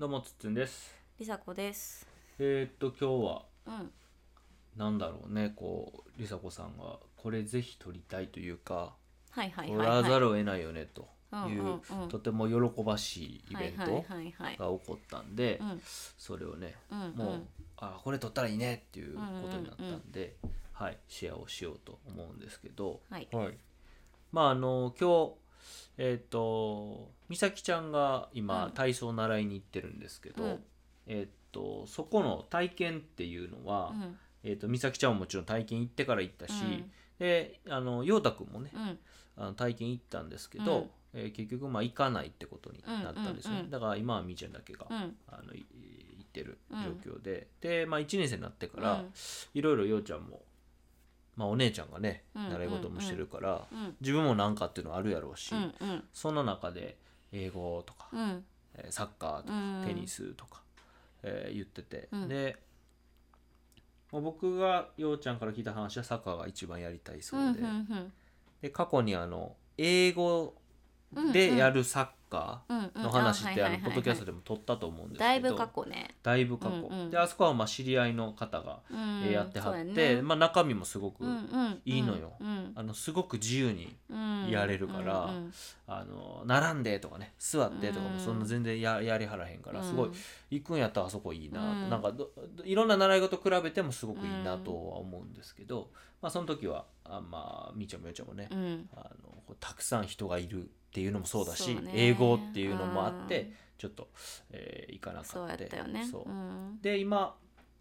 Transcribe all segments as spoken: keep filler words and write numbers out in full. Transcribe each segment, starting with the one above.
どうもつっつんです。 りさこです。 えー、っと今日はうんなんだろうね、こうりさこさんがこれぜひ撮りたいというかはいはい撮はいはい。 らざるを得ないよねとうんいう、 うんうん。 とても喜ばしいイはいはいベントはいはい。 が起こったんで、 うんそれをね、 うんうんもうあこれ撮ったらいいねっていうことになったうんうんんで、はいシェアをしようと思うんですけど、 はいはいまああの今日えっ、と美咲ちゃんが今、 うん体操を習いに行ってるんですけど、 うんえっ、とそこの体験っていうのは、 うんえっ、と美咲ちゃんももちろん体験行ってから行ったし、 うんであの陽太くんもね、 うんあの体験行ったんですけど、 うんえー結局まあ行かないってことになったんですよね、 うんうんうんだから今はみーちゃんだけが、 うんあのい行ってる状況で、で、まあ、いちねん生になってから、 うんいろいろ陽ちゃんも、まあ、お姉ちゃんがねうん習い事もしてるから、 うん自分もなんかっていうのはあるやろうし、 うんうんその中で英語とか、 うんえーサッカーとか、 うんテニスとか、えー言ってて、 うんでもう僕が陽ちゃんから聞いた話はサッカーが一番やりたいそうで、 うんうんで過去にあの英語うんでやるサッカうんーの話ってうんあのポッドキャストでも撮ったと思うんですけど、 だいぶ過去ね。 だいぶ過去、 うんうんであそこはまあ知り合いの方がうんえーやってはそうやって、 ねまあ、中身もすごくうんうんいいのよ、 うんあのすごく自由にうんやれるから、 うんうんあの並んでとかね座ってとかもそんな全然ややりはらへんから、すごい行くんやったらあそこいいなと、 うんなんかどいろんな習い事比べてもすごくいいなとは思うんですけど、まあ、その時はあまあみーちゃんもよちゃんもね、 うんあのこうたくさん人がいるっていうのもそうだし、 そうね英語っていうのもあって、 うんちょっと、えー行かなかったそうやったよね。 そううんで今、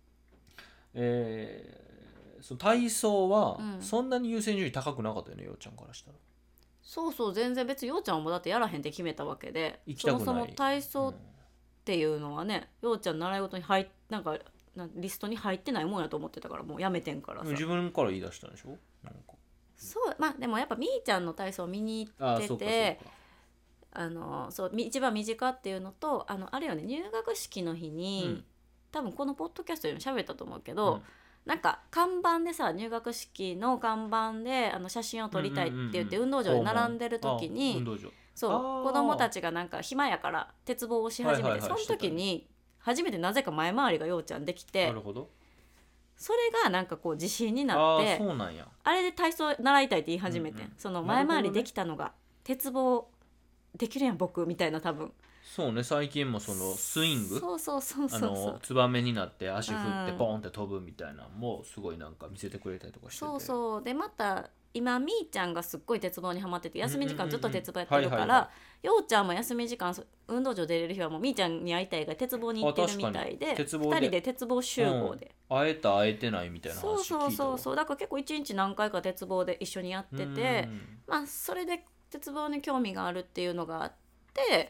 えーその体操はうんそんなに優先順位高くなかったよね、ようちゃんからしたら。 そうそう全然別にようちゃんもだってやらへんって決めたわけで、 行きたくないそもそも体操うんっていうのはね、ようちゃん習い事に入っなんかなんリストに入ってないもんやと思ってたから、もうやめてんからさ。 自分から言い出したんでしょなんかそうまあでもやっぱみーちゃんの体操見に行ってああそうかそうて、 かあのそうみ一番身近っていうのと、あのあれよね、入学式の日に、 うん多分このポッドキャストでも喋ったと思うけど、 うんなんか看板でさ、入学式の看板であの写真を撮りたいって言って運動場に並んでる時に、 あ運動場そうあー子供たちがなんか暇やから鉄棒をし始めて、 はいはいはいその時に初めてなぜか前回りがようちゃんできて、 なるほど。 それがなんかこう自信になああって、 そうなんや。 あれで体操習いたいって言い始めて、 うんうんその前回りできたのが、鉄棒できるやん僕みたいな、多分そうね、最近もそのスイングそうそうそうあそうそうのツバメになって足振ってうんポンって飛ぶみたいなのもすごいなんか見せてくれたりとかしてて、 そうそうでまた今みーちゃんがすっごい鉄棒にはまってて、休み時間ずっと鉄棒やってるかうんうんうんはいはいはら、ようちゃんも休み時間そ運動場出れる日はもうみーちゃんに会いたいから鉄棒に行ってるみたいで、 あ確かに鉄棒でふたりで鉄棒集合で、 うん会えた会えてないみたいな話聞いたわ。 そうそうそうそう、だから結構一日何回か鉄棒で一緒にやってて、まあそれで鉄棒に興味があるっていうのがあって、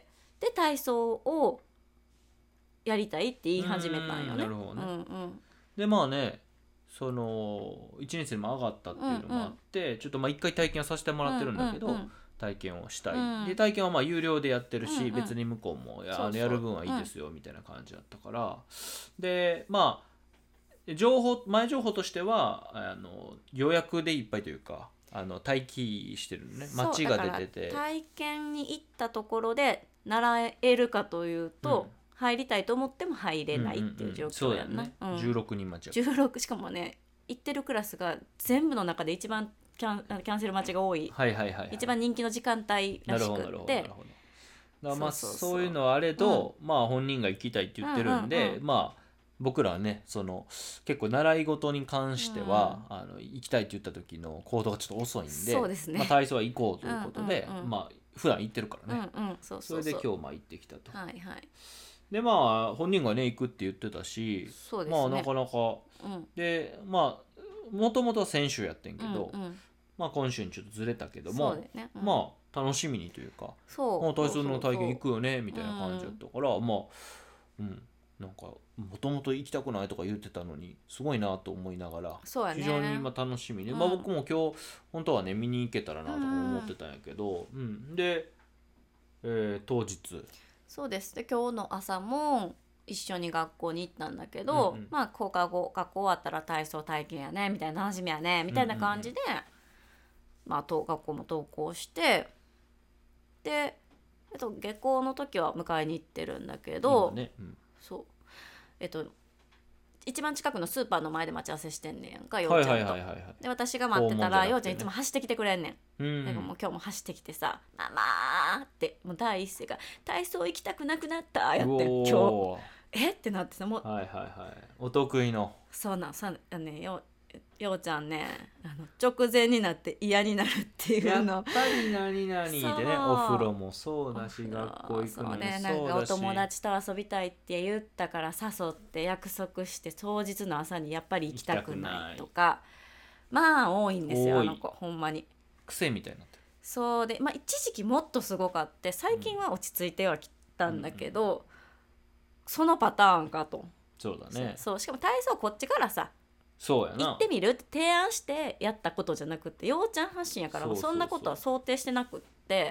で体操をやりたいって言い始めたんよね。 うんなるほどねうんうんでまあねそのいちねん生にも上がったっていうのもあって、ちょっとまあ一回体験はさせてもらってるんだけど、 うんうんうん体験をしたい、 うんで体験はまあ有料でやってるし、 うんうん別に向こうもやそうそうあのやる分はいいですよみたいな感じだったから、でまあ情報前情報としてはあの予約でいっぱいというか、あの待機してるのね、 そう街が出ててだから体験に行ったところで習えるかというと、 うん入りたいと思っても入れないっていう状況やんな、 うんうんうんそうだよね、じゅうろくにん待ちじゅうろくしかもね、行ってるクラスが全部の中で一番キャンキャンセル待ちが多い、 はいはいはい、はい、 一番人気の時間帯らしくなるほどなるほどなって、 るほど。だからまあそうそうそうそういうのはあれど、まあ本人が行きたいって言ってるんで、 うんうんうんまあ僕らはねその結構習い事に関しては、あの行きたいって言った時の行動がちょっと遅いんで、 そうですねまあ、体操は行こうということで、 うんうんうんまあ普段行ってるからね、 うんうんそうそそうそうれで今日まあ行ってきたと。 はいはいでまあ本人がね行くって言ってたし、 そうですね、 まあなかなかうんでまあもともとは先週やってんけど、 うんうん、 まあ今週にちょっとずれたけどそも、 うだよね、うん、 まあ楽しみにというか、 そうもう体操の体験行くくよねみたいな感じだったから、まあうんなんかもともと行きたくないとか言ってたのにすごいなと思いながら、 そうやね非常に今楽しみで、 うんまあ僕も今日本当はね見に行けたらなとか思ってたんやけど、うんで、えー当日そうですで今日の朝も一緒に学校に行ったんだけど、 うんうんまあ放課後学校終わったら体操体験やねみたいな、楽しみやねみたいな感じで、まあと学校も登校して、でえっと、下校の時は迎えに行ってるんだけど、 ね、うん、 そうえっと一番近くのスーパーの前で待ち合わせしてんねんやんか、ようはいちゃんと、 はいはいはいはい。 で私が待ってたら、 訪問じゃなくてねようちゃんいつも走ってきてくれんねん。 うんだからもう今日も走ってきてさ「ママ」ってもう第一声が「体操行きたくなくなった」やってん今日。 おーえってなってさ、もうはいはいはい。お得意の。 そうなんさあのねよようちゃんね、あの直前になって嫌になるっていやっうの。 ぱり何々でね、 そうお風呂もそうだし、 お風呂学校行くのもそうね、 そうなんかおだし。 友達と遊びたいって言ったから誘って約束して当日の朝にやっぱり行きたくないとか、まあ多いんですよ多いあの子ほんまに。 癖みたいになってる。 そうで、まあ、一時期もっとすごかって最近は落ち着いてはきたんだけど、うん、そのパターンかと。 そうだね。 そうそうしかも体操こっちからさそうやな。 行ってみるって提案してやったことじゃなくて、ようちゃん発信やからそうそうそうそんなことは想定してなくって、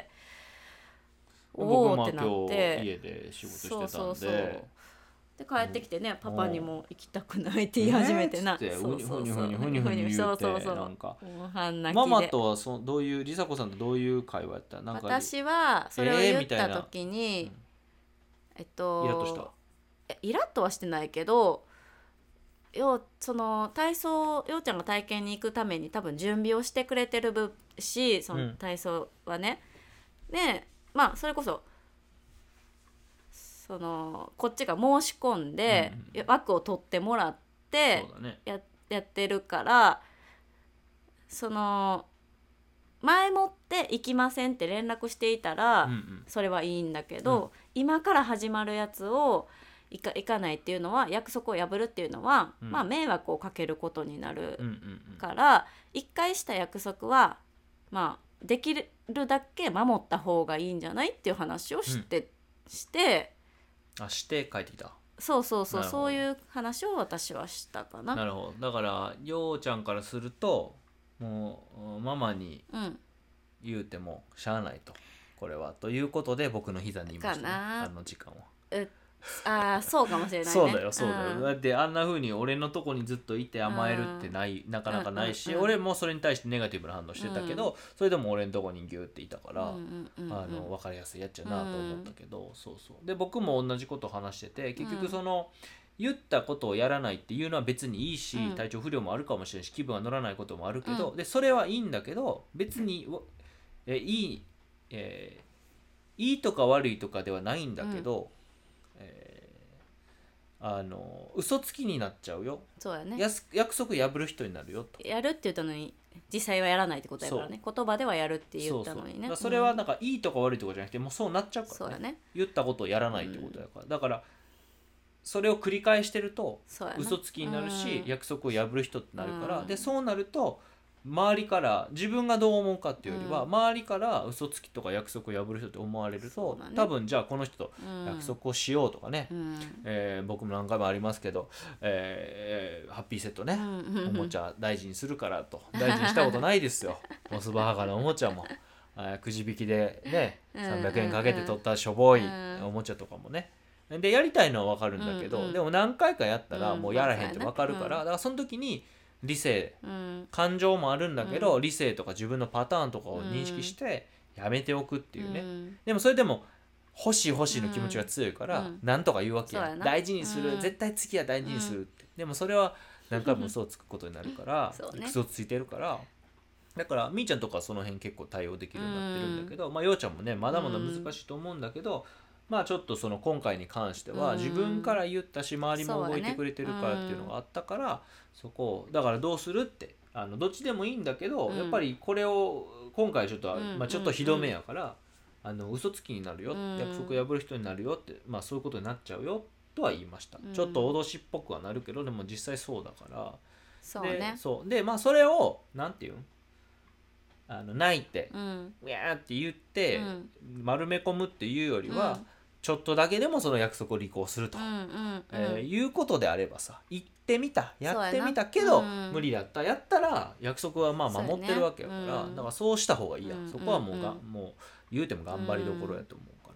お僕もおってなっ今日て家で仕事してたんで、 そうそうそうで帰ってきてね、パパにも行きたくないって言い始めてな、 ねえっつってそうそうそうふにゅふにゅふにゅふにゅ言うてそうそうそうなんかもう半泣きでママとはそどういう梨紗子さんとどういう会話やった？なんか私はそれを言ったえーみたいな時に、 うんえっとイラッとした。 えイラッとはしてないけど、ようその体操ようちゃんが体験に行くために多分準備をしてくれてるぶし、その体操はね、うん、でまあそれこそそのこっちが申し込んで、うんうん、枠を取ってもらってや、ね、やってるから、その前もって行きませんって連絡していたら、うんうん、それはいいんだけど、うん、今から始まるやつを行か、行かないっていうのは、約束を破るっていうのは、うん、まあ迷惑をかけることになるから、一、うんうん、回した約束はまあできるだけ守った方がいいんじゃないっていう話をして、うん、してあして帰ってきた。 そうそうそう、そういう話を私はしたかな。 なるほど。だからようちゃんからするともうママに言うてもしゃあないと、これはということで僕の膝にいましたね、あの時間は。 うあそうかもしれないね。 そうだよそうだよ、うん、だってあんな風に俺のとこにずっといて甘えるってない、うん、なかなかないし、うんうんうん、俺もそれに対してネガティブな反応してたけど、うん、それでも俺のとこにギューっていたから、うんうんうん、あの分かりやすいやっちゃなと思ったけど、うん、そうそうで僕も同じことを話してて、結局その、うん、言ったことをやらないっていうのは別にいいし、うん、体調不良もあるかもしれないし気分が乗らないこともあるけど、うん、でそれはいいんだけど別にえいい、えー、いいとか悪いとかではないんだけど、うんえーあの嘘つきになっちゃうよ。 そうやね。 約束破る人になるよと。 やるって言ったのに実際はやらないってことやからね。言葉ではやるって言ったのにね。 そうそう、それはなんかいいとか悪いとかじゃなくて、もうそうなっちゃうからね。 そうやね。 言ったことをやらないってことやから、うん、だからそれを繰り返してると嘘つきになるし、うん、約束を破る人ってなるから、うん、でそうなると周りから自分がどう思うかっていうよりは、うん、周りから嘘つきとか約束を破る人って思われると、ね、多分じゃあこの人と約束をしようとかね、うんえー、僕も何回もありますけど、えー、ハッピーセットね、うん、おもちゃ大事にするからと大事にしたことないですよモスバーガーのおもちゃもくじ引きでねさんびゃくえんかけて取ったしょぼいおもちゃとかもねでやりたいのは分かるんだけど、うんうん、でも何回かやったらもうやらへんって分かるから、だからその時に理性、うん、感情もあるんだけど、うん、理性とか自分のパターンとかを認識してやめておくっていうね、うん、でもそれでも欲しい欲しいの気持ちが強いから、うん、なんとか言うわけや、や大事にする、うん、絶対次は大事にするって、でもそれは何回も嘘をつくことになるから、ね、嘘ついてるからだからみーちゃんとかはその辺結構対応できるようになってるんだけど、まあようちゃんもねまだまだ難しいと思うんだけど、まあちょっとその今回に関しては自分から言ったし周りも動いてくれてるからっていうのがあったから、そこをだからどうするってあのどっちでもいいんだけど、やっぱりこれを今回ちょっとまあちょっとひどめやからあの嘘つきになるよ、約束破る人になるよって、まあそういうことになっちゃうよとは言いました。ちょっと脅しっぽくはなるけどでも実際そうだから、 そうね、 でそうでまあそれをなんていうんあの泣いて、うん、ウェーって言って、うん、丸め込むっていうよりは、うん、ちょっとだけでもその約束を履行すると、うんうんうんえー、いうことであればさ行ってみたやってみたけど、うん、無理だったやったら約束はまあ守ってるわけやから、ねうん、だからそうした方がいいや、うん、そこはもうが、うん、もう言うても頑張りどころやと思うか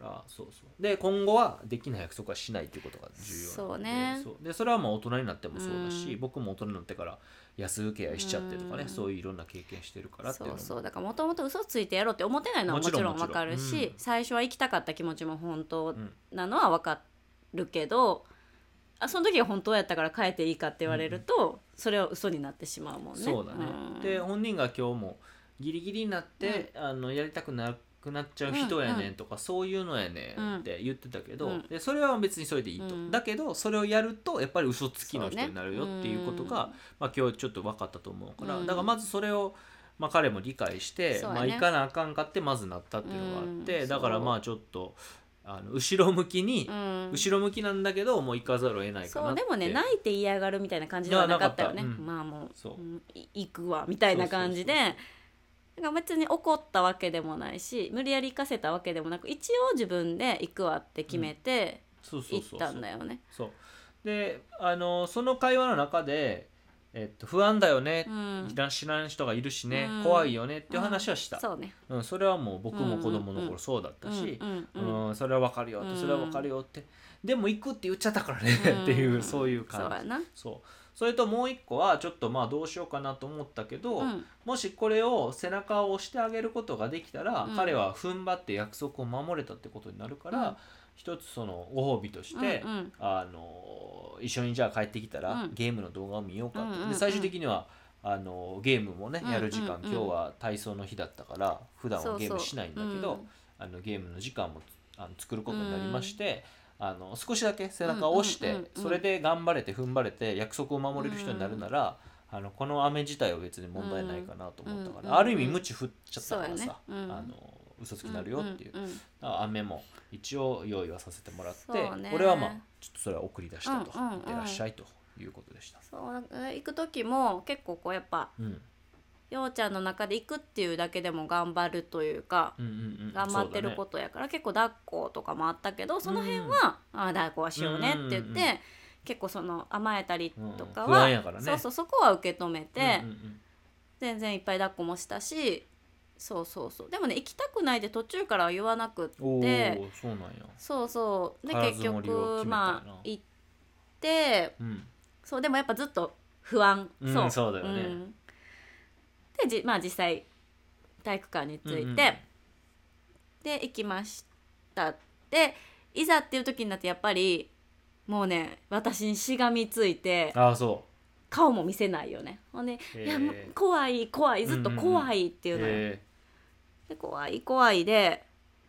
ら、そうそうで今後はできない約束はしないっていうことが重要なので、 そうねそうでそれはもう大人になってもそうだし、 うん僕も大人になってから安請け合いしちゃってとかね、 うんそういういろんな経験してるからっていうのもそうそうだからもともと嘘ついてやろうって思ってないのはもちろん分かるし、 もちろんもちろんうん最初は行きたかった気持ちも本当うんなのは分かるけど、あその時は本当やったから変えていいかって言われると、それは嘘になってしまうもんね。 そうだね、 んで本人が今日もギリギリになって、あのやりたくなくなっちゃう人やねんとか、そういうのやねんって言ってたけど、 うんでそれは別にそれでいいと、 うんだけどそれをやるとやっぱり嘘つきの人になるよっていうことが、 そうねまあ、今日ちょっと分かったと思うから、 うんだからまずそれを、まあ、彼も理解して、 そうやねまあ、行かなあかんかってまずなったっていうのがあって、 うんだからまあちょっとあの後ろ向きに、 うん後ろ向きなんだけどもう行かざるを得ないかなって。 そうでもね泣いて嫌がるみたいな感じではなかったよね。 いやなかったうんまあもう、 そううんい行くわみたいな感じで、 そうそうそうだから別に怒ったわけでもないし無理やり行かせたわけでもなく、一応自分で行くわって決めてそうそうそうそう行ったんだよね。 そうであのその会話の中で、えっと、不安だよね、 うん知らん知らん人がいるしね、 うん怖いよねっていう話はした、 うんそうね。 うんそれはもう僕も子供のうんうんうん頃そうだったし、 うんううんうんんそれは分かるよって、 うんそれは分かるよってでも行くって言っちゃったからね、 うんっていうそういう感じ。 そうやな。 そうそれともう一個はちょっとまあどうしようかなと思ったけど、 うんもしこれを背中を押してあげることができたら、 うん彼は踏ん張って約束を守れたってことになるから、 うん一つそのご褒美として、 うんうんあの一緒にじゃあ帰ってきたら、 うんゲームの動画を見ようかと、 うんうんうんで最終的にはあのゲームもねうんうんうんやる時間、今日は体操の日だったから普段はゲームしないんだけど、 そうそううんあのゲームの時間もあの作ることになりまして、あの少しだけ背中を押して、 うんうんうんうんそれで頑張れて踏ん張れて約束を守れる人になるなら、あのこの雨自体は別に問題ないかなと思ったから、 うんうんうんある意味鞭振っちゃったからさ、 そうやねうんあの嘘つきになるよっていう、 んんんだから雨も一応用意はさせてもらって、 そうね俺はまあちょっとそれは送り出したと、 うんうんうんいってらっしゃいということでした。 そう行く時も結構こうやっぱうんようちゃんの中で行くっていうだけでも頑張るというか、 うんうんうん、 頑張ってることやから、結構抱っことかもあったけどその辺は、ああ抱っこはしようねって言って、 うんうんうん結構その甘えたりとかうん不は、 安やからねそうそうそこは受け止めて、 うんうんうん全然いっぱい抱っこもしたし、そうそうそうでもね行きたくないで途中からは言わなくっておーそうなんや。 そうそうで腹結積もりを決め局たよなまあ行ってうんそうでもやっぱずっと不安、 うんそうだよねんでじまあ実際体育館に着いて、 うんうんで行きましたでいざっていう時になってやっぱりもうね私にしがみついてああそ顔も見せないよね。ほんでへーいやもう怖い怖いずっと怖いっていううのよ、 へで怖い怖いで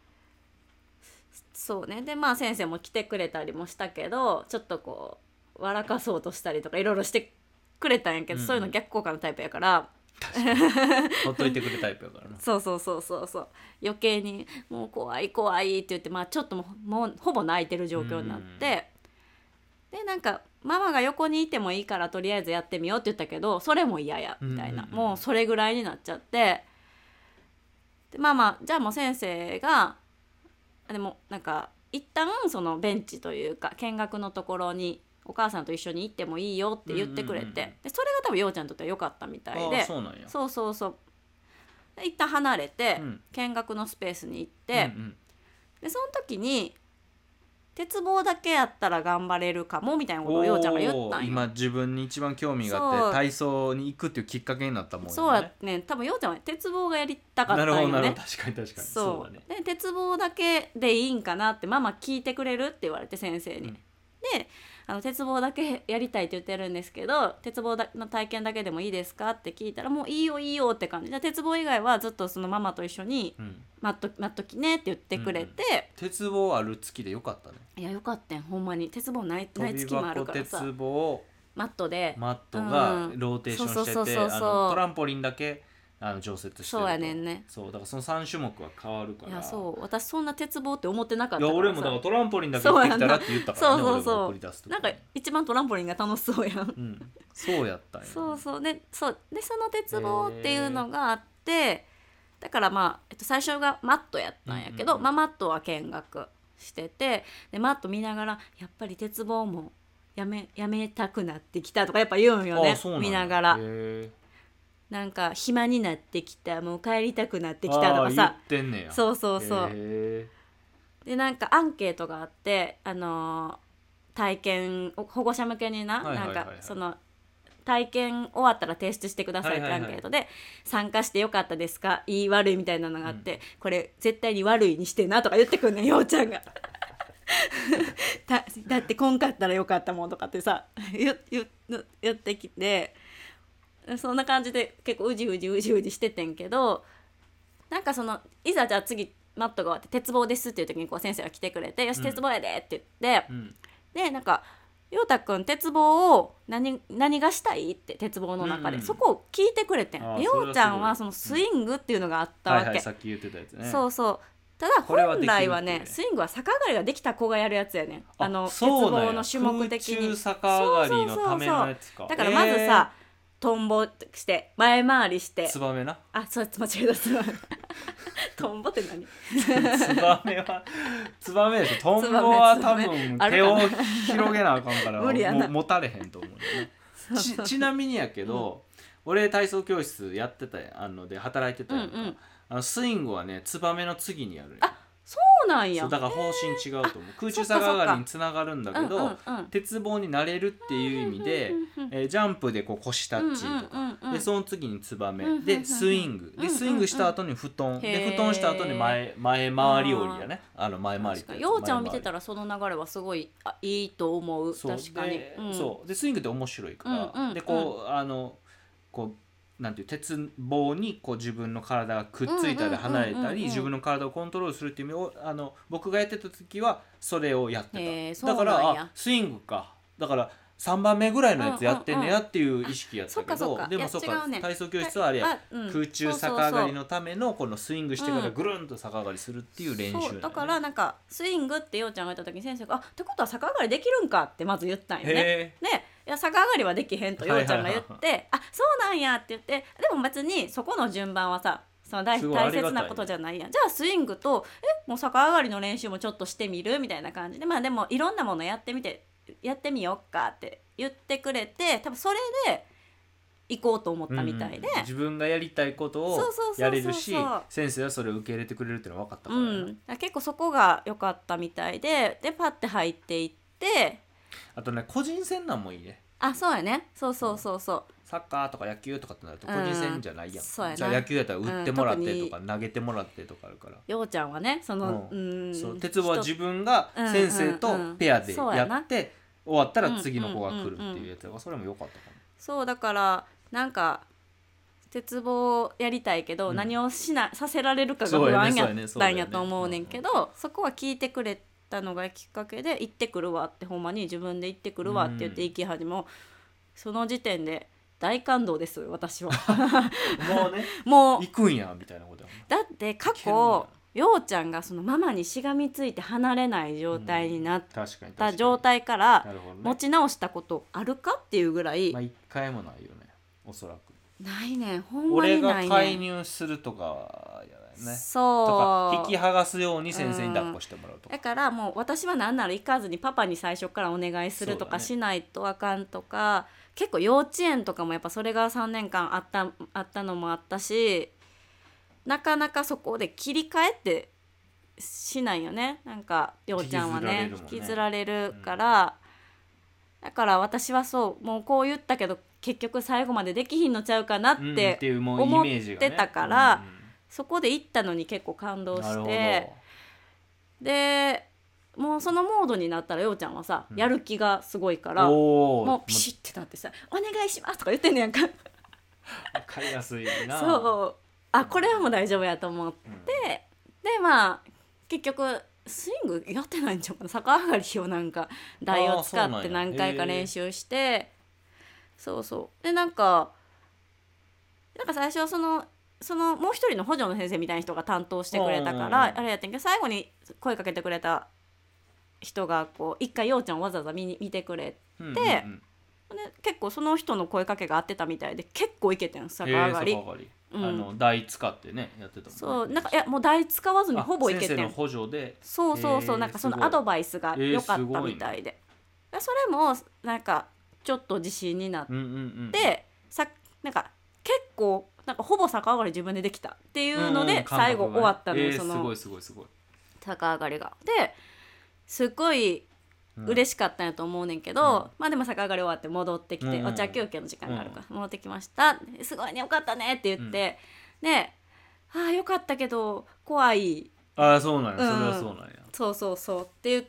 そうねでまあ先生も来てくれたりもしたけどちょっとこう笑かそうとしたりとかいろいろしてくれたんやけど、 うんうんそういうの逆効果のタイプやからーほっといてくれタイプやからな。 そうそうそうそうそう余計にもう怖い怖いって言って、まあ、ちょっともうもうほぼ泣いてる状況になって、でなんかママが横にいてもいいからとりあえずやってみようって言ったけどそれも嫌やみたいな、 うんうんうんもうそれぐらいになっちゃってでまあまあじゃあもう先生がでもなんか一旦そのベンチというか見学のところにお母さんと一緒に行ってもいいよって言ってくれて、 うんうんうんでそれが多分ようちゃんにとっては良かったみたいあであそうなんや。 そうそうそうで一旦離れて、 うん見学のスペースに行って、 うんうんでその時に鉄棒だけやったら頑張れるかもみたいなことをようちゃんが言ったんよ。 おー今自分に一番興味があっそうて体操に行くっていうきっかけになったもんね。 そうやね多分ようちゃんは鉄棒がやりたかったんよね。 なるほどなるほど確かに確かにそうだね。 で鉄棒だけでいいんかなってママ聞いてくれるって言われて先生に、 うんであの鉄棒だけやりたいって言ってるんですけど鉄棒だの体験だけでもいいですかって聞いたらもういいよいいよって感じで鉄棒以外はずっとそのママと一緒にうん待っと待っときねって言ってくれて、 鉄棒ある月でよかったね。 いやよかったんほんまに鉄棒ない飛びない月もある箱からさ鉄棒マットでマットがうんローテーションそうしててそうそうそうあのトランポリンだけあの常設してるとそうやねんねそうだからそのさん種目は変わるからいやそう私そんな鉄棒って思ってなかっいたからさや俺もだからトランポリンだけ行ってきたらって言ったからねそうやんなそうそうそう俺が送り出す時になんか一番トランポリンが楽しそうやんうんそうやったんやそうそうでそうでその鉄棒っていうのがあってだからまあ、えっと、最初がマットやったんやけど、 うんうんうんまあ、マットは見学しててでマット見ながらやっぱり鉄棒もやめやめたくなってきたとかやっぱ言うんよねあそうなんや見ながらへなんか暇になってきたもう帰りたくなってーきたとかあーさ言ってんねやそうそうそうへでなんかアンケートがあって、あのー、体験保護者向けにな、 はいはいはいはい、 なんかその体験終わったら提出してくださいってアンケートで、はいはいはい、参加してよかったですか、いい悪いみたいなのがあって、うん、これ絶対に悪いにしてなとか言ってくんねんようちゃんがだ, だってこんかったらよかったもんとかってさ言, 言, 言ってきて、そんな感じで結構うじうじうじうじしててんけど、なんかそのいざじゃあ次マットが終わって鉄棒ですっていう時にこう先生が来てくれて、よし鉄棒やでって言って、うん、でなんか陽太くん鉄棒を 何, 何がしたいって鉄棒の中で、うんうん、そこを聞いてくれてん。陽ちゃんはそのスイングっていうのがあったわけ、うんはいはい、 さっき言ってたやつね。 そうそう、ただ本来はねスイングは逆上がりができた子がやるやつやねん。あの鉄棒の種目的に空中逆上がりのためのやつか。 だからまずさ、えートンボして前回りしてツバメな、 あそう間違えたツバメトンボって何ツバメはツバメでしょ。トンボは多分手を広げなあかんから無理やな、も持たれへんと思うねち, ちなみにやけど、うん、俺体操教室やってたあので働いてたやんか、うんうん、あのスイングはねツバメの次にやるやん。あそうなんや。 そうだから方針違うと思う。空中逆上がりにつながるんだけど、うんうんうん、鉄棒になれるっていう意味で、うんうんうんえー、ジャンプでこう腰タッチとか、うんうんうん、でその次にツバメ、うんうんうん、でスイングでスイングした後に布団、うんうん、で布団した後に前前回り降りやね。あの前回りってやつ。 ようちゃんを見てたらその流れはすごいあいいと思う。 そう確かにで、うん、そうでスイングって面白いから、うんうん、でこうあのこうなんていう鉄棒にこう自分の体がくっついたり離れたり自分の体をコントロールするっていう意味をあの僕がやってた時はそれをやってた。だからあスイングかだからさんばんめぐらいのやつやってんねやっていう意識やったけど、うんうんうん、でもそうか、ね、体操教室はあれや、うん、空中逆上がりのためのこのスイングしてからぐるんと逆上がりするっていう練習、ね、 そうだからなんかスイングってようちゃんが言った時に先生があってことは逆上がりできるんかってまず言ったんよね。でいや逆上がりはできへんとようちゃんが言って、はいはいはいはい、あそうなんやって言って、でも別にそこの順番はさその 大, 大切なことじゃないやん。じゃあスイングとえもう逆上がりの練習もちょっとしてみるみたいな感じで、まあでもいろんなものやってみてやってみようかって言ってくれて、多分それで行こうと思ったみたいで、 うん、自分がやりたいことをやれるし先生はそれを受け入れてくれるっていうのは分かったから、ねうん、 結構そこが良かったみたいで、でパッて入っていって、 あとね個人戦なんもいいね。 あそうやね、そうそうそうそう、 サッカーとか野球とかってなると個人戦じゃないやん、うん、そうやな。じゃあ野球やったら打ってもらってとか、うん、投げてもらってとかあるから、 ようちゃんはねその、 うんうん、そう鉄棒は自分が先生とペアでやって、終わったら次の子が来るっていうやつだから、それも良かったかも。 そうだからなんか鉄棒やりたいけど、うん、何をしなさせられるかが不安やったんやと思うねんけど、 そ, う、ね そ, う、ね、そこは聞いてくれたのがきっかけで行ってくるわって、ほんまに自分で行ってくるわって言って行き始め、うん、その時点で大感動です私はもうねもう行くんやみたいなことだもん。 だって過去ようちゃんがそのママにしがみついて離れない状態になった状態から持ち直したことあるかっていうぐらい、 まあ、一回もないよねおそらく。 ないねほんまにないね。 俺が介入するとかやね。 そうとか引き剥がすように先生に抱っこしてもらうとか、 だからもう私は何なら行かずにパパに最初からお願いするとかしないとあかんとか、ね、結構幼稚園とかもやっぱそれがさんねんかんあった、あったのもあったし、なかなかそこで切り替えってしないよね。なんかようちゃんはね引きずられるから、うん、だから私はそうもうこう言ったけど結局最後までできひんのちゃうかなって思ってたから、うんそこで行ったのに結構感動して、でもうそのモードになったらようちゃんはさ、うん、やる気がすごいからもうピシッてなってさ、お願いしますとか言ってんねやんか分かりやすいな。 そうあこれはもう大丈夫やと思って、うん、でまあ結局スイングやってないんちゃうかな、逆上がりをなんか台を使って何回か練習して、そうそうでなんかなんか最初はそのそのもう一人の補助の先生みたいな人が担当してくれたからあれやってんけど、最後に声かけてくれた人がこう一回ようちゃんをわざわざ 見, 見てくれて、うんうんうん、で結構その人の声かけが合ってたみたいで結構いけてん逆上がり、えー、逆上がり、 うん、あの台使ってねやってたもんね。 そうなんかいやもう台使わずにほぼいけてん。 先生の補助でそうそうそう、えー、なんかそのアドバイスが良かったみたいで、えー、それもなんかちょっと自信になって、うんうんうん、さなんか結構なんかほぼ逆上がり自分でできたっていうので最後終わったのよ、 えー、 そのすごいすごいすごい逆上がりが。ですっごい嬉しかったんやと思うねんけど、うん、まあでも逆上がり終わって戻ってきて、うん、お茶休憩の時間があるから戻ってきました、うん、すごいねよかったねって言って、うん、でああよかったけど怖い、 ああそうなんや、うん、それはそうなんや、 そうそうそうって言って、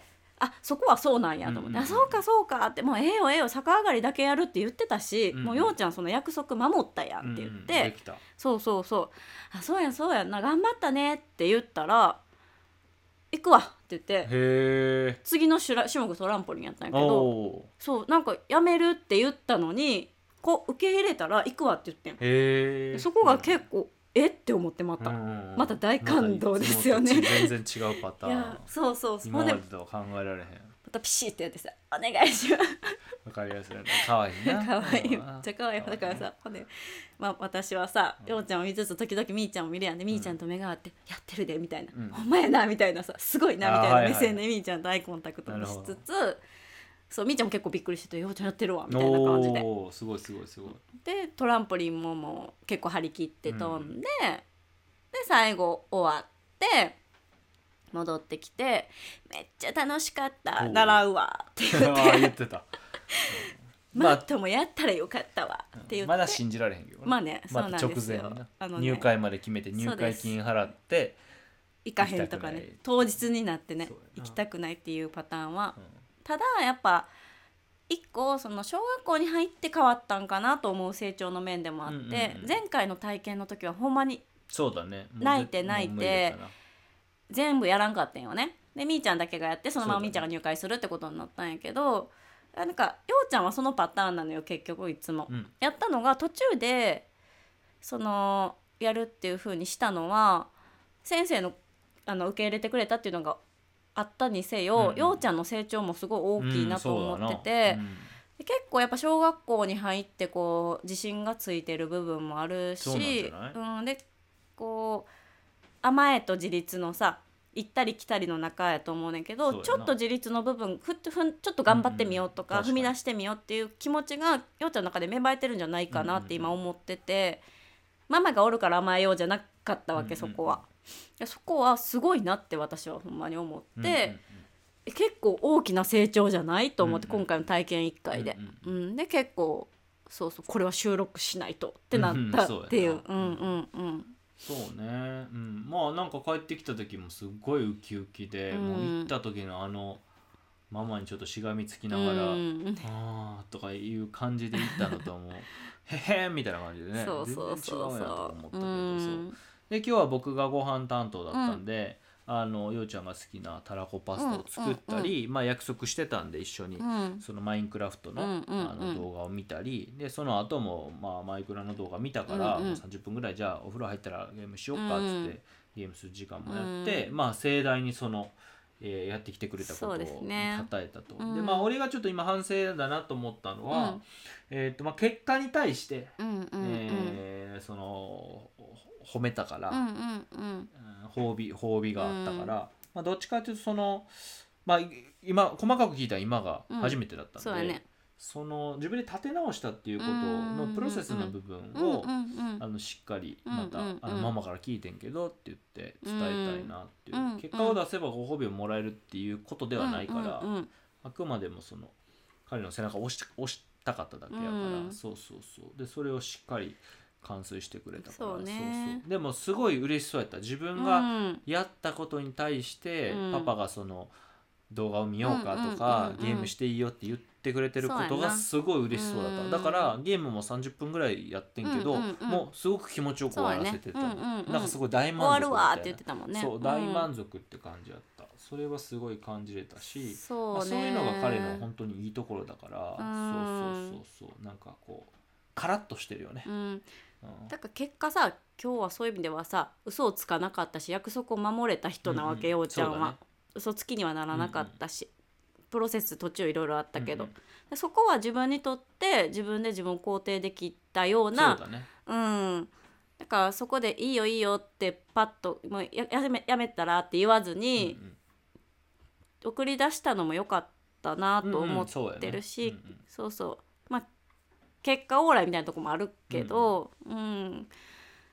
あそこはそうなんやと思って、うんうんうん、あそうかそうかって、もうええよええよ逆上がりだけやるって言ってたし、うんうん、もうようちゃんその約束守ったやんって言って、うんうん、できた、そうそうそう、あそうやそうやな頑張ったねって言ったら行くわって言って、へ次の種目トランポリンやったんやけど、そうなんかやめるって言ったのにこう受け入れたら行くわって言ってん。へそこが結構、うん、えって思ってまた、うん、また大感動ですよね。 全然違うパターン。いやそうそうそう、 今までとは考えられへん。 またピシッてやってさお願いします。 わかりやすいね。可愛いな。 可愛いめっちゃ可愛い。だからさ、ほんで、まあ私はさ、ようちゃんを見つつ時々みーちゃんを見るやんで、みーちゃんと目が合ってやってるでみたいな、うん、ほんまやなみたいなさ、すごいなみたいな目線でみーちゃんとアイコンタクトもしつつ、そうみーちゃんも結構びっくりしてて、ようちゃんやってるわみたいな感じで。 おーすごいすごいすごい。 でトランポリンももう結構張り切って飛んで、うん、で最後終わって戻ってきてめっちゃ楽しかった習うわって言って言ってた。 まあ、もっともやったらよかったわって言って、 まだ信じられへんけどね。 まあね、そうなんですよ。また直前にな、 あのね、入会まで決めて入会金払って行かへんとかね、当日になってね行きたくないっていうパターンは、うん、ただやっぱ一個その小学校に入って変わったんかなと思う成長の面でもあって、うんうんうん、前回の体験の時はほんまにそうだね、 泣いて泣いて全部やらんかったんよね。でみーちゃんだけがやってそのままみーちゃんが入会するってことになったんやけど、なんかようちゃんはそのパターンなのよ結局いつも、うん、やったのが途中でそのやるっていう風にしたのは先生の、あの受け入れてくれたっていうのがあったにせよ、うんうん、ようちゃんの成長もすごい大きいなと思ってて、うんうん、結構やっぱ小学校に入ってこう自信がついてる部分もあるし、うん、でこう甘えと自立のさ行ったり来たりの中やと思うねんけど、ちょっと自立の部分ふっふんちょっと頑張ってみようとか、うんうん、踏み出してみようっていう気持ちがようちゃんの中で芽生えてるんじゃないかなって今思ってて、うんうん、ママがおるから甘えようじゃなかったわけ、そこは、うんうん、いやそこはすごいなって私はほんまに思って、うんうんうん、結構大きな成長じゃないと思って、うんうん、今回の体験いっかいで、うんうんうん、で結構そうそうこれは収録しないとってなったっていう、うんうんうん、 そうね、うん、まあなんか帰ってきた時もすっごいウキウキで、うん、もう行った時のあのママにちょっとしがみつきながら、うん、あーとかいう感じで行ったのともうへへんみたいな感じでね、 そうそうそうそう、 全然違うやんと思ったけど、うん、で今日は僕がご飯担当だったんで、うん、あのようちゃんが好きなたらこパスタを作ったり、うんうんうん、まあ、約束してたんで一緒に、うん、そのマインクラフトの、うんうんうん、あの動画を見たりでその後も、まあ、マイクラの動画見たから、うんうん、もうさんじゅっぷんぐらいじゃあお風呂入ったらゲームしよっかっつって、うん、ゲームする時間もやって、うん、まあ盛大にその、えー、やってきてくれたことを称えたと。で、ね、でまあ俺がちょっと今反省だなと思ったのは、うん、えーとまあ、結果に対して、うんうんうんえー、その褒めたから、うんうんうん褒美、褒美があったから、うんまあ、どっちかというとその、まあ、今細かく聞いたら今が初めてだったんで、うん そ, ね、その自分で立て直したっていうことのプロセスの部分を、うんうんうん、あのしっかりまた、うんうんうん、あのママから聞いてんけどって言って伝えたいなっていう、うんうん、結果を出せばご褒美をもらえるっていうことではないから、うんうんうん、あくまでもその彼の背中を押し、押したかっただけやから、うん、そうそうそうでそれをしっかり完遂してくれたから、そうね、そうそうでもすごい嬉しそうやった。自分がやったことに対して、うん、パパがその動画を見ようかとか、うんうんうんうん、ゲームしていいよって言ってくれてることがすごい嬉しそうだった。だからゲームもさんじゅっぷんぐらいやってんけど、うんうんうん、もうすごく気持ちよく終わらせてた、ねうんうんうん、なんかすごい大満足みたいな、終わるわって言ってたもんね。そう、大満足って感じだった、うん、それはすごい感じれたし、そうね、まあ、そういうのが彼の本当にいいところだから、うん、そうそうそうそうなんかこうカラッとしてるよね、うんだから結果さ今日はそういう意味ではさ嘘をつかなかったし約束を守れた人なわけよ、うんうん、ちゃんは、ね、嘘つきにはならなかったし、うんうん、プロセス途中いろいろあったけど、うんうん、そこは自分にとって自分で自分を肯定できたような、そうだね、うん、だからそこでいいよいいよってパッともう や, や, めやめたらって言わずに、うんうん、送り出したのも良かったなと思ってるし、うんうん そう, ねうんうん、そうそうまあ結果オーライみたいなとこもあるけど、うん、うん、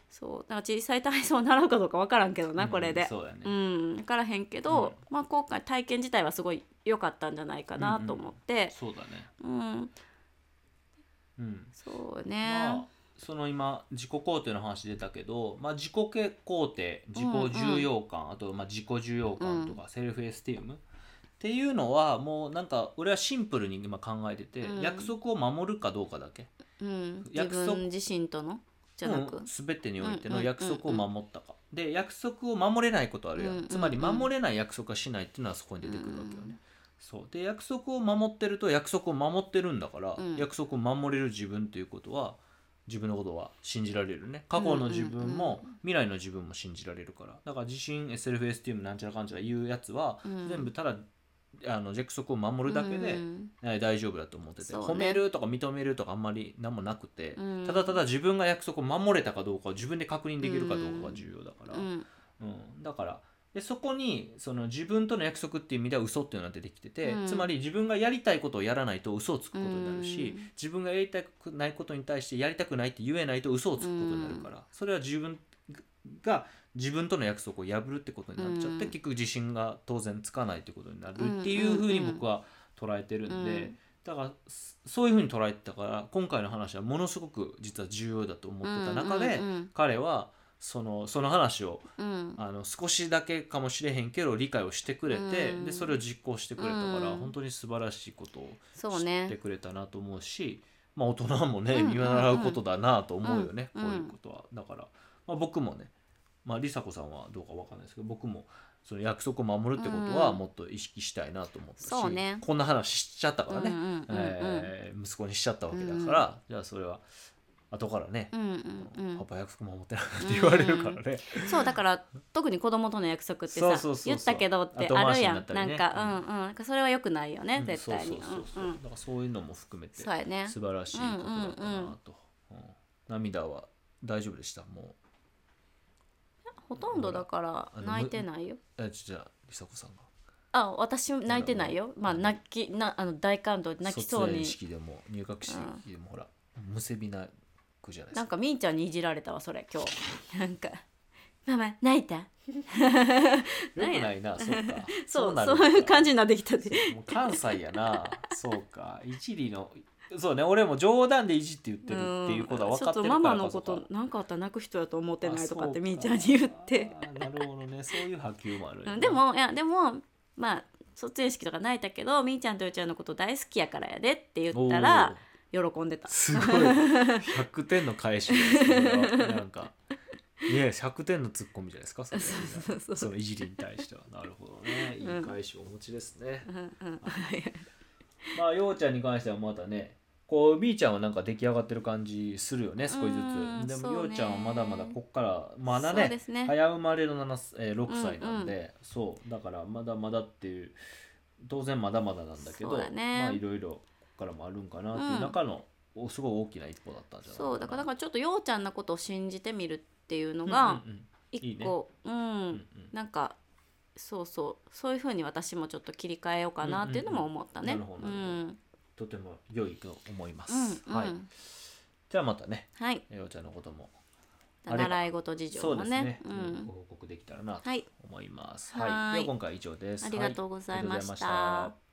そうだから小さい体操を習うかどうか分からんけどな、うん、これでそうだね、 うん、分からへんけど、うん、まあ今回体験自体はすごい良かったんじゃないかなと思って、うんうん、 そうだねうん、うん、そうね、まあその今自己肯定の話出たけど、まあ、自己肯定自己重要感、うんうん、あとまあ自己重要感とか、うん、セルフエスティームっていうのはもうなんか俺はシンプルに今考えてて、うん、約束を守るかどうかだけ、 うん、約束自分自身とのじゃなく、 うん、全てにおいての約束を守ったか、うんうんうん、で約束を守れないことあるやん、うんうんうん、つまり守れない約束はしないっていうのはそこに出てくるわけよね、うん、そうで約束を守ってると約束を守ってるんだから、うん、約束を守れる自分ということは自分のことは信じられるね。過去の自分も未来の自分も信じられるから。だから自信 セルフエスティームなんちゃらかんちゃら言うやつは、うん、全部ただあの約束を守るだけで、うん大丈夫だと思ってて、ね、褒めるとか認めるとかあんまり何もなくて、うん、ただただ自分が約束を守れたかどうかを自分で確認できるかどうかが重要だから、うんうん、だからでそこにその自分との約束っていう意味では嘘っていうのが出てきてて、うん、つまり自分がやりたいことをやらないと嘘をつくことになるし、うん、自分がやりたくないことに対してやりたくないって言えないと嘘をつくことになるから、うん、それは自分が自分との約束を破るってことになっちゃって、うん、結局自信が当然つかないってことになるっていうふうに僕は捉えてるんで、うん、だからそういうふうに捉えてたから今回の話はものすごく実は重要だと思ってた中で、うんうんうん、彼はその、その話を、うん、あの少しだけかもしれへんけど理解をしてくれて、うん、でそれを実行してくれたから、うん、本当に素晴らしいことを知ってくれたなと思うし、まあ、大人もね見習うことだなと思うよね、うん、こういうことは。だから、まあ、僕もね、まあ、梨紗子さんはどうかわかんないですけど僕もその約束を守るってことはもっと意識したいなと思ったし、 そうね、 こんな話しちゃったからね、うんうんうんうんえー、息子にしちゃったわけだから、うん、じゃあそれは後からね、うんうんうん、パパ約束守ってなかったって言われるからね、 うんうん、そうだから特に子供との約束ってさそうそうそうそう言ったけどってあるやん、ね、なんか、うんうん、それは良くないよね、うん、絶対に。 だからそういうのも含めて素晴らしいことだったなと、うんうんうんうん、涙は大丈夫でした？もうほとんどだから泣いてないよ。 えじゃあ梨紗子さんがあ私泣いてないよ。まあ泣きなあの大感動泣きそうに。 卒園式でも入学式でも、うん、ほらむせびなくじゃないですか。 なんかみーちゃんにいじられたわそれ今日なんかママ泣いたよくないなそうかそうそうそういう感じになってきたでもう関西やなそうかいじりのそうね俺も冗談でいじって言ってるっていうことは分かってるから、うん、ちょっとママのこと何かあったら泣く人だと思ってないとかってみーちゃんに言ってなるほどねそういう波及もある、ね、 でもいやでもまあ卒園式とか泣いたけどみーちゃんとよちゃんのこと大好きやからやでって言ったら喜んでた。 すごいひゃくてんの返しですなんかいやひゃくてんのツッコミじゃないですかそれそうそうそうそのいじりに対しては。なるほどねいい返しをお持ちですね、うんうんうん、まあようちゃんに関してはまたねこうみーちゃんはなんか出来上がってる感じするよね少しずつ。でもようちゃんはまだまだこっからまだ ね, ね早生まれのなな、えー、ろくさいなんで、うんうん、そうだからまだまだっていう当然まだまだなんだけどね、まあいろいろこっからもあるんかなっていう中の、うん、すごい大きな一歩だったんじゃないかな。 そうだから、だからちょっとようちゃんのことを信じてみるっていうのが一個なんかそうそうそういう風に私もちょっと切り替えようかなっていうのも思ったね。なるほど、うん、とても良いと思います、うんうん、はい。じゃあまたね、はい、ようちゃんのことも習い事事情も ね, そうですね、 うん、ご報告できたらなと思います、 はい、 はい、では今回は以上です。 ありがとうございました。